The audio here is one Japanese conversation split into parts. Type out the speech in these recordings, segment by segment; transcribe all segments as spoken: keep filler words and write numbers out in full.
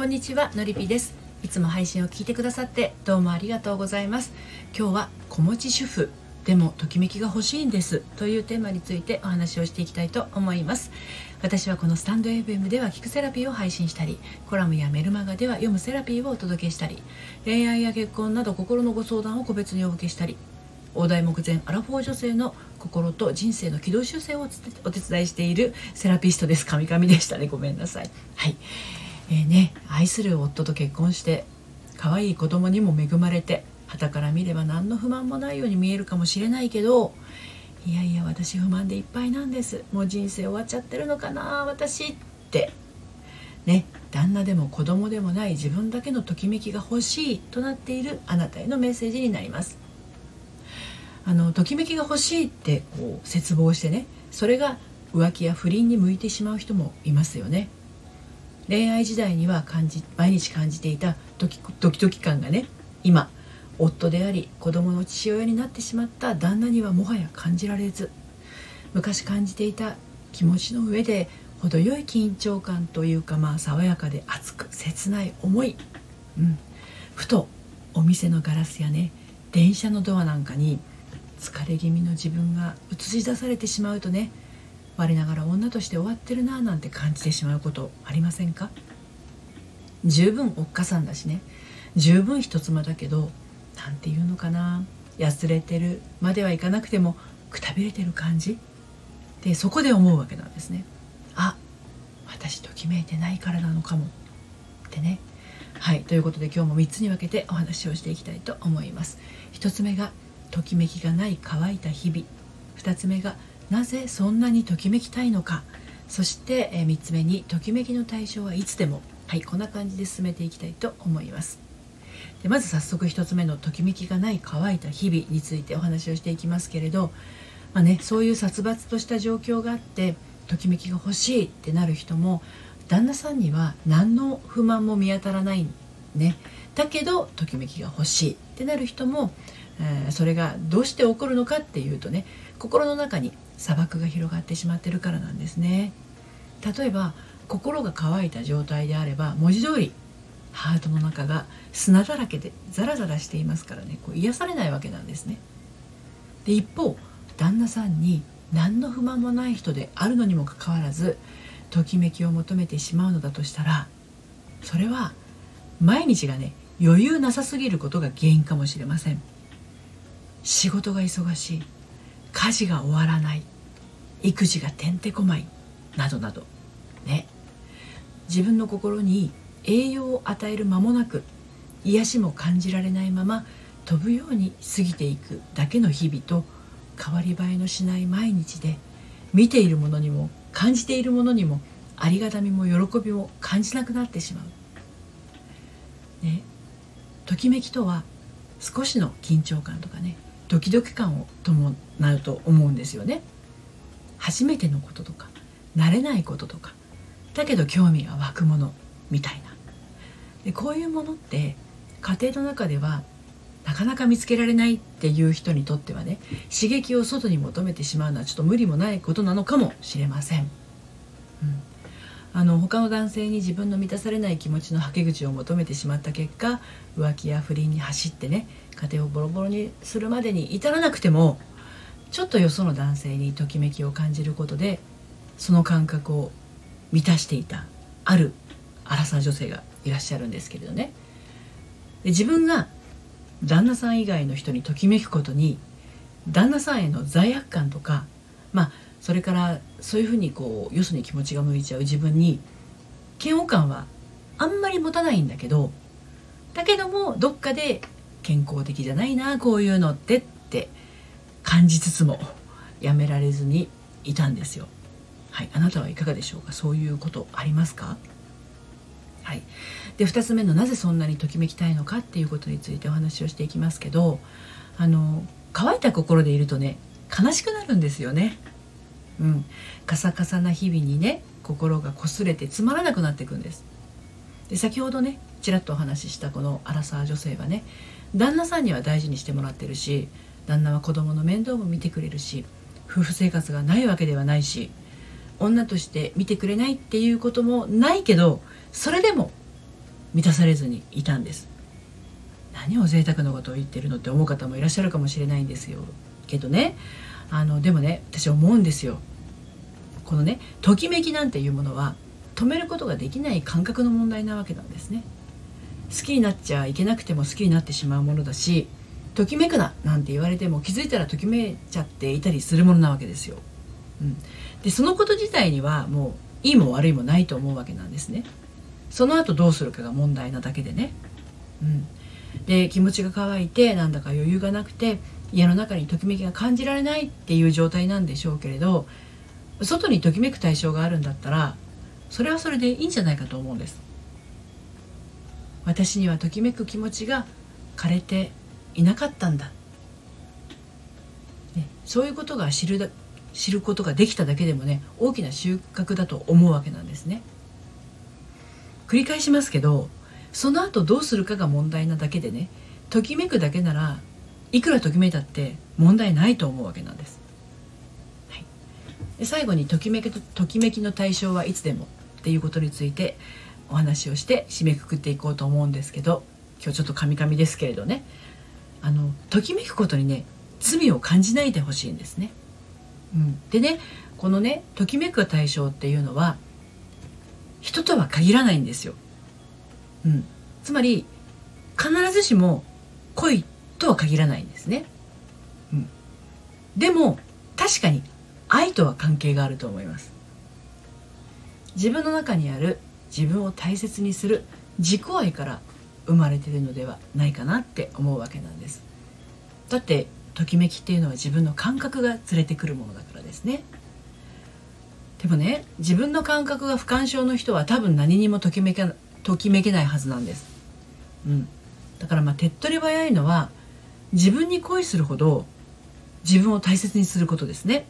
んにちは、のりぴです。いつも配信を聞いてくださってどうもありがとうございます。今日は子持ち主婦でもときめきが欲しいんですというテーマについてお話をしていきたいと思います。私はこのスタンド エフエム では聞くセラピーを配信したり、コラムやメルマガでは読むセラピーをお届けしたり、恋愛や結婚など心のご相談を個別にお受けしたり、大台目前アラフォー女性の心と人生の軌道修正をお手伝いしているセラピストです。神々でしたね、ごめんなさい。はい、えーね、愛する夫と結婚して可愛い子供にも恵まれて、傍から見れば何の不満もないように見えるかもしれないけど、いやいや私不満でいっぱいなんです、もう人生終わっちゃってるのかな私ってね、旦那でも子供でもない自分だけのときめきが欲しいとなっているあなたへのメッセージになります。あのときめきが欲しいってこう切望してね、それが浮気や不倫に向いてしまう人もいますよね。恋愛時代には感じ毎日感じていたドキドキドキ感がね、今夫であり子供の父親になってしまった旦那にはもはや感じられず、昔感じていた気持ちの上で程よい緊張感というか、まあ爽やかで熱く切ない思い、うん、ふとお店のガラスやね、電車のドアなんかに疲れ気味の自分が映し出されてしまうとね、我ながら女として終わってるななんて感じてしまうことありませんか？十分おっかさんだしね、十分人妻だけど、なんていうのかな、やつれてるまではいかなくてもくたびれてる感じで、そこで思うわけなんですね。あ、私ときめいてないからなのかもってね。はい、ということで今日もみっつに分けてお話をしていきたいと思います。ひとつめがときめきがない乾いた日々、ふたつめがなぜそんなにときめきたいのか、そしてえみっつめにときめきの対象はいつでも。はい、こんな感じで進めていきたいと思います。でまず早速ひとつめのときめきがない乾いた日々についてお話をしていきますけれど、まあね、そういう殺伐とした状況があってときめきが欲しいってなる人も、旦那さんには何の不満も見当たらないね、だけどときめきが欲しいってなる人も、えー、それがどうして起こるのかっていうとね、心の中に砂漠が広がってしまってるからなんですね。例えば心が乾いた状態であれば、文字通りハートの中が砂だらけでザラザラしていますからね、こう癒されないわけなんですね。で一方旦那さんに何の不満もない人であるのにもかかわらずときめきを求めてしまうのだとしたら、それは毎日がね余裕なさすぎることが原因かもしれません。仕事が忙しい、家事が終わらない、育児がてんてこまいなどなどね、自分の心に栄養を与える間もなく、癒しも感じられないまま飛ぶように過ぎていくだけの日々と、変わり映えのしない毎日で、見ているものにも感じているものにもありがたみも喜びも感じなくなってしまう、ね、ときめきとは少しの緊張感とかね、ドキドキ感を伴うと思うんですよね。初めてのこととか慣れないこととかだけど興味が湧くものみたいな。でこういうものって家庭の中ではなかなか見つけられないっていう人にとってはね、刺激を外に求めてしまうのはちょっと無理もないことなのかもしれません、うん、あの他の男性に自分の満たされない気持ちのはけ口を求めてしまった結果、浮気や不倫に走ってね、家庭をボロボロにするまでに至らなくても、ちょっとよその男性にときめきを感じることでその感覚を満たしていたあるアラサー女性がいらっしゃるんですけれどね。で自分が旦那さん以外の人にときめくことに旦那さんへの罪悪感とか、まあそれからそういうふうにこうよそに気持ちが向いちゃう自分に嫌悪感はあんまり持たないんだけど、だけどもどっかで健康的じゃないなこういうのってって感じつつもやめられずにいたんですよ。はい、あなたはいかがでしょうか？そういうことありますか？はい、でふたつめのなぜそんなにときめきたいのかっていうことについてお話をしていきますけど、あの乾いた心でいるとね悲しくなるんですよね。うん、カサカサな日々にね心が擦れてつまらなくなっていくんです。で先ほどねちらっとお話ししたこのアラサー女性はね、旦那さんには大事にしてもらってるし、旦那は子供の面倒も見てくれるし、夫婦生活がないわけではないし、女として見てくれないっていうこともないけど、それでも満たされずにいたんです。何を贅沢なことを言ってるのって思う方もいらっしゃるかもしれないんですよけどね、あのでもね、私思うんですよ。このね、ときめきなんていうものは止めることができない感覚の問題なわけなんですね。好きになっちゃいけなくても好きになってしまうものだし、ときめくななんて言われても気づいたらときめいちゃっていたりするものなわけですよ。うん、でそのこと自体にはもういいも悪いもないと思うわけなんですね。その後どうするかが問題なだけでね。うん、で気持ちが乾いてなんだか余裕がなくて家の中にときめきが感じられないっていう状態なんでしょうけれど、外にときめく対象があるんだったらそれはそれでいいんじゃないかと思うんです。私にはときめく気持ちが枯れていなかったんだ、ね、そういうことが知るだ知ることができただけでもね、大きな収穫だと思うわけなんですね。繰り返しますけど、その後どうするかが問題なだけでね、ときめくだけならいくらときめいたって問題ないと思うわけなんです。はい、で最後にときめきと、ときめきの対象はいつでもっていうことについてお話をして締めくくっていこうと思うんですけど、今日ちょっとカミカミですけれどね、あのときめくことにね罪を感じないでほしいんですね。うん、でね、このねときめく対象っていうのは人とは限らないんですよ。うん、つまり必ずしも恋とは限らないんですね。うん、でも確かに愛とは関係があると思います。自分の中にある自分を大切にする自己愛から生まれているのではないかなって思うわけなんです。だってときめきっていうのは自分の感覚が連れてくるものだからですね。でもね、自分の感覚が不干渉の人は多分何にもときめけときめけないはずなんです。うん、だからまあ手っ取り早いのは自分に恋するほど自分を大切にすることですね。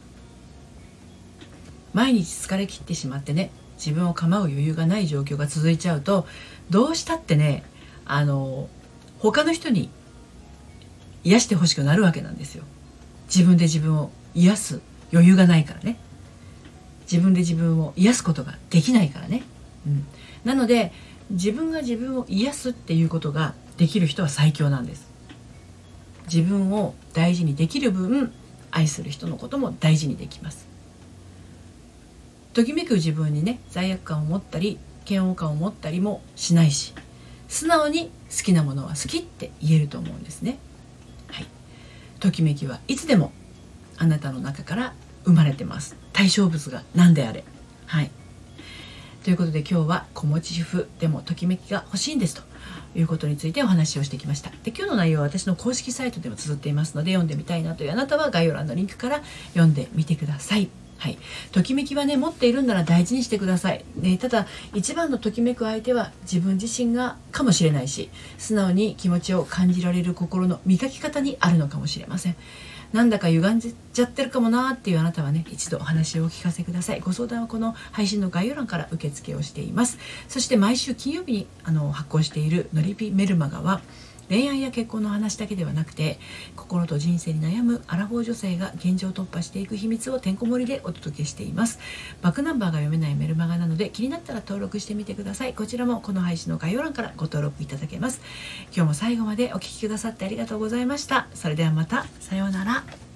毎日疲れ切ってしまってね、自分を構う余裕がない状況が続いちゃうと、どうしたってね、あの他の人に癒してほしくなるわけなんですよ。自分で自分を癒す余裕がないからね。自分で自分を癒すことができないからね。うん、なので自分が自分を癒すっていうことができる人は最強なんです。自分を大事にできる分、愛する人のことも大事にできます。ときめく自分にね、罪悪感を持ったり嫌悪感を持ったりもしないし、素直に好きなものは好きって言えると思うんですね。はい、ときめきはいつでもあなたの中から生まれてます。対象物が何であれ。はい、ということで今日は子持ち主婦でもときめきが欲しいんですということについてお話をしてきました。で、今日の内容は私の公式サイトでも綴っていますので、読んでみたいなというあなたは概要欄のリンクから読んでみてください。はい、ときめきはね、持っているんなら大事にしてください、ね、ただ一番のときめく相手は自分自身がかもしれないし、素直に気持ちを感じられる心の磨き方にあるのかもしれません。なんだか歪んじゃってるかもなーっていうあなたはね、一度お話をお聞かせください。ご相談はこの配信の概要欄から受付をしています。そして毎週金曜日にあの発行しているのりぴメルマガは、恋愛や結婚の話だけではなくて、心と人生に悩むアラフォー女性が現状突破していく秘密をてんこ盛りでお届けしています。バックナンバーが読めないメルマガなので、気になったら登録してみてください。こちらもこの配信の概要欄からご登録いただけます。今日も最後までお聞きくださってありがとうございました。それではまた、さようなら。